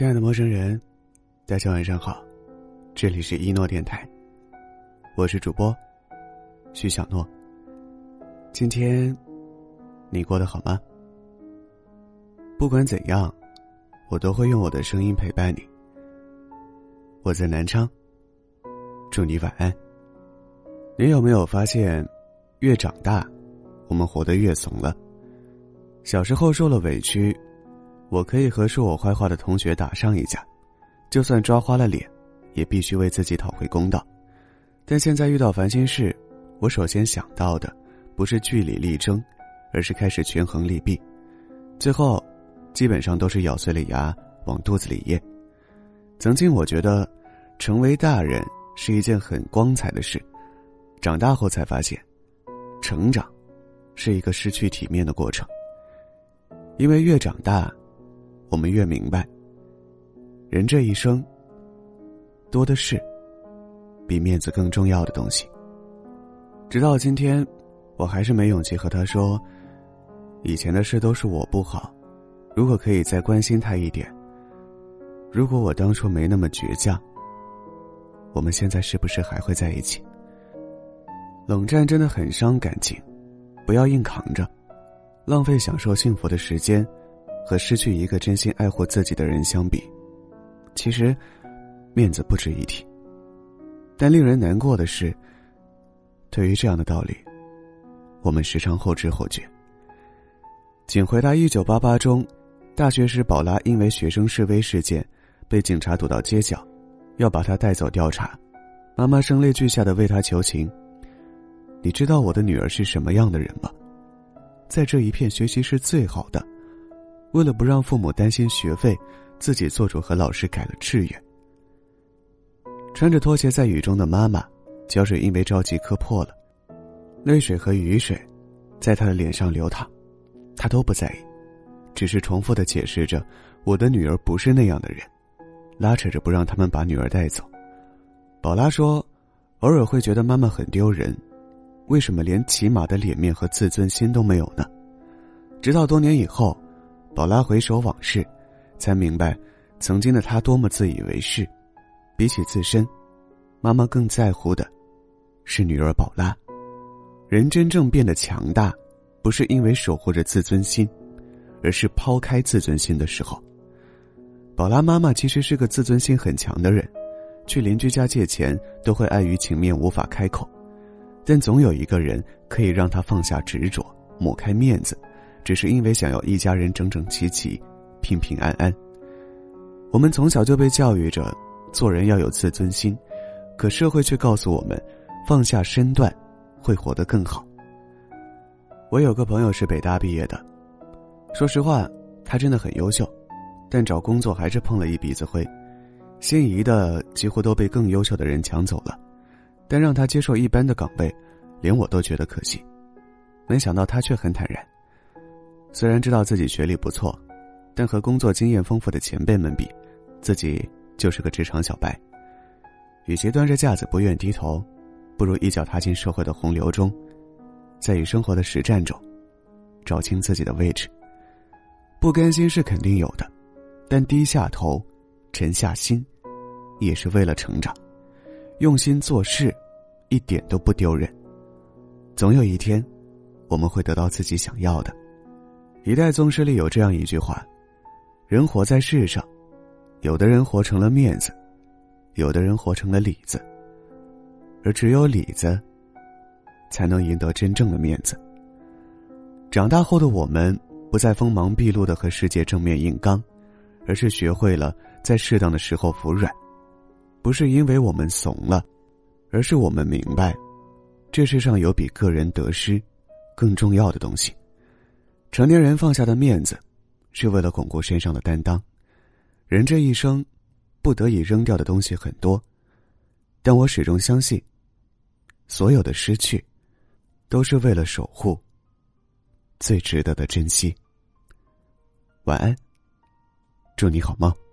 亲爱的陌生人，大家晚上好，这里是一诺电台，我是主播徐小诺。今天你过得好吗？不管怎样，我都会用我的声音陪伴你。我在南昌，祝你晚安。你有没有发现，越长大，我们活得越怂了？小时候受了委屈，我可以和说我坏话的同学打上一架，就算抓花了脸，也必须为自己讨回公道。但现在遇到烦心事，我首先想到的不是据理力争，而是开始权衡利弊，最后基本上都是咬碎了牙往肚子里咽。曾经我觉得成为大人是一件很光彩的事，长大后才发现，成长是一个失去体面的过程。因为越长大，我们越明白，人这一生多的是比面子更重要的东西。直到今天，我还是没勇气和他说，以前的事都是我不好，如果可以再关心他一点，如果我当初没那么倔强，我们现在是不是还会在一起？冷战真的很伤感情，不要硬扛着，浪费享受幸福的时间，和失去一个真心爱护自己的人相比，其实面子不值一提。但令人难过的是，对于这样的道理，我们时常后知后觉。请回答1988中，大学时宝拉因为学生示威事件被警察堵到街角，要把她带走调查，妈妈声泪俱下地为她求情。你知道我的女儿是什么样的人吗？在这一片学习是最好的，为了不让父母担心学费，自己做主和老师改了志愿。穿着拖鞋在雨中的妈妈，胶水因为着急磕破了，泪水和雨水在她的脸上流淌，她都不在意，只是重复地解释着我的女儿不是那样的人，拉扯着不让他们把女儿带走。宝拉说，偶尔会觉得妈妈很丢人，为什么连起码的脸面和自尊心都没有呢？直到多年以后，宝拉回首往事，才明白曾经的她多么自以为是。比起自身，妈妈更在乎的是女儿宝拉。人真正变得强大，不是因为守护着自尊心，而是抛开自尊心的时候。宝拉妈妈其实是个自尊心很强的人，去邻居家借钱都会碍于情面无法开口，但总有一个人可以让她放下执着，抹开面子，只是因为想要一家人整整齐齐，平平安安。我们从小就被教育着做人要有自尊心，可社会却告诉我们，放下身段会活得更好。我有个朋友是北大毕业的，说实话，他真的很优秀，但找工作还是碰了一鼻子灰，心仪的几乎都被更优秀的人抢走了，但让他接受一般的岗位，连我都觉得可惜。没想到他却很坦然，虽然知道自己学历不错，但和工作经验丰富的前辈们比，自己就是个职场小白。与其端着架子不愿低头，不如一脚踏进社会的洪流中，在与生活的实战中找清自己的位置。不甘心是肯定有的，但低下头沉下心也是为了成长。用心做事一点都不丢人，总有一天我们会得到自己想要的。一代宗师里有这样一句话，人活在世上，有的人活成了面子，有的人活成了里子，而只有里子才能赢得真正的面子。长大后的我们不再锋芒毕露地和世界正面硬刚，而是学会了在适当的时候服软。不是因为我们怂了，而是我们明白，这世上有比个人得失更重要的东西。成年人放下的面子，是为了巩固身上的担当。人这一生不得已扔掉的东西很多，但我始终相信，所有的失去都是为了守护最值得的珍惜。晚安，祝你好梦。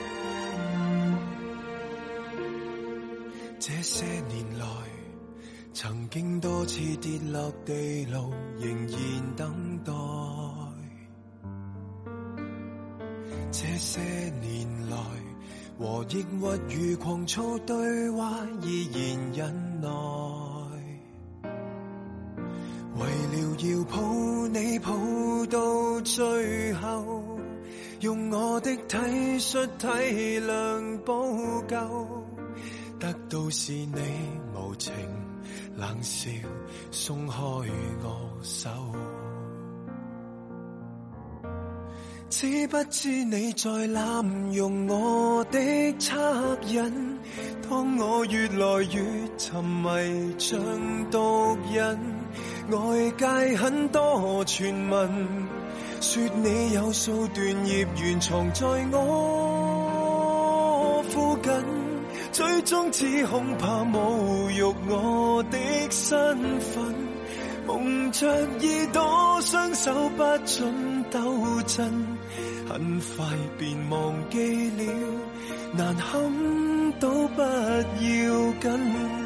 这些年来曾經多次跌落地牢，仍然等待。這些年來，和抑鬱與狂躁對話，依然忍耐。為了要抱你抱到最後，用我的體恤體諒補救，得到是你無情冷笑，鬆開我手。知不知你在濫用我的惻隱？當我越來越沉迷像毒癮，外界很多傳聞，說你有數段孽緣藏在我附近，最終只恐怕侮辱我的身份，蒙着耳朵雙手不准抖震，很快便忘記了，難堪都不要緊。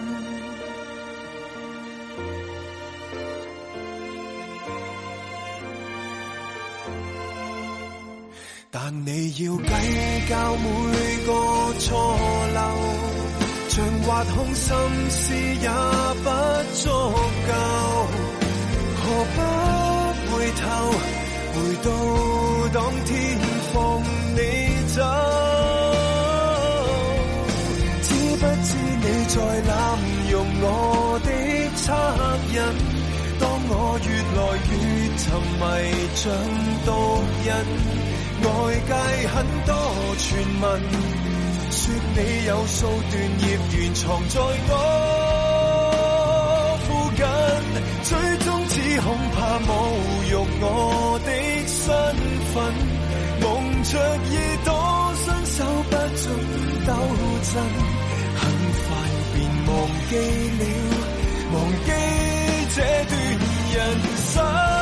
但你要計較每個錯漏，像挖空心思也不足夠，何不回頭，回到當天放你走？知不知你在濫用我的惻隱？當我越來越沉迷像毒癮，外界很多傳聞，說你有數段孽緣藏在我附近，最終只恐怕侮辱我的身份，蒙着耳朵雙手不准抖震，很快便忘記了，忘記這段人生。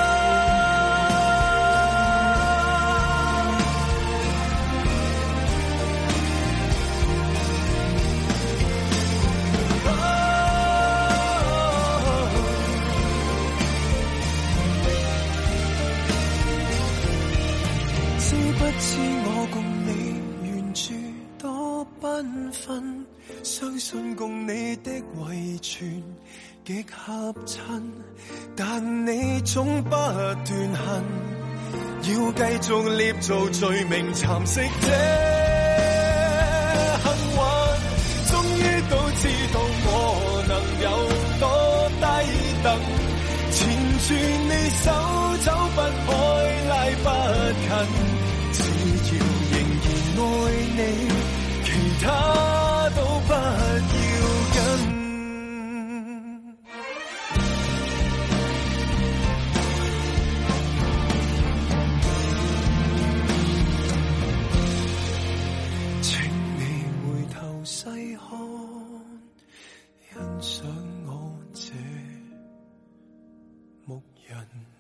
知我共你原著多繽紛，相信共你的遺傳極合襯，但你總不斷恨，要繼續捏造罪名蠶食這幸運，終於都知道我能有多低等，纏住你手走不開拉不近，只要仍然愛你，其他都不要緊。請你回頭細看，欣賞我這牧人。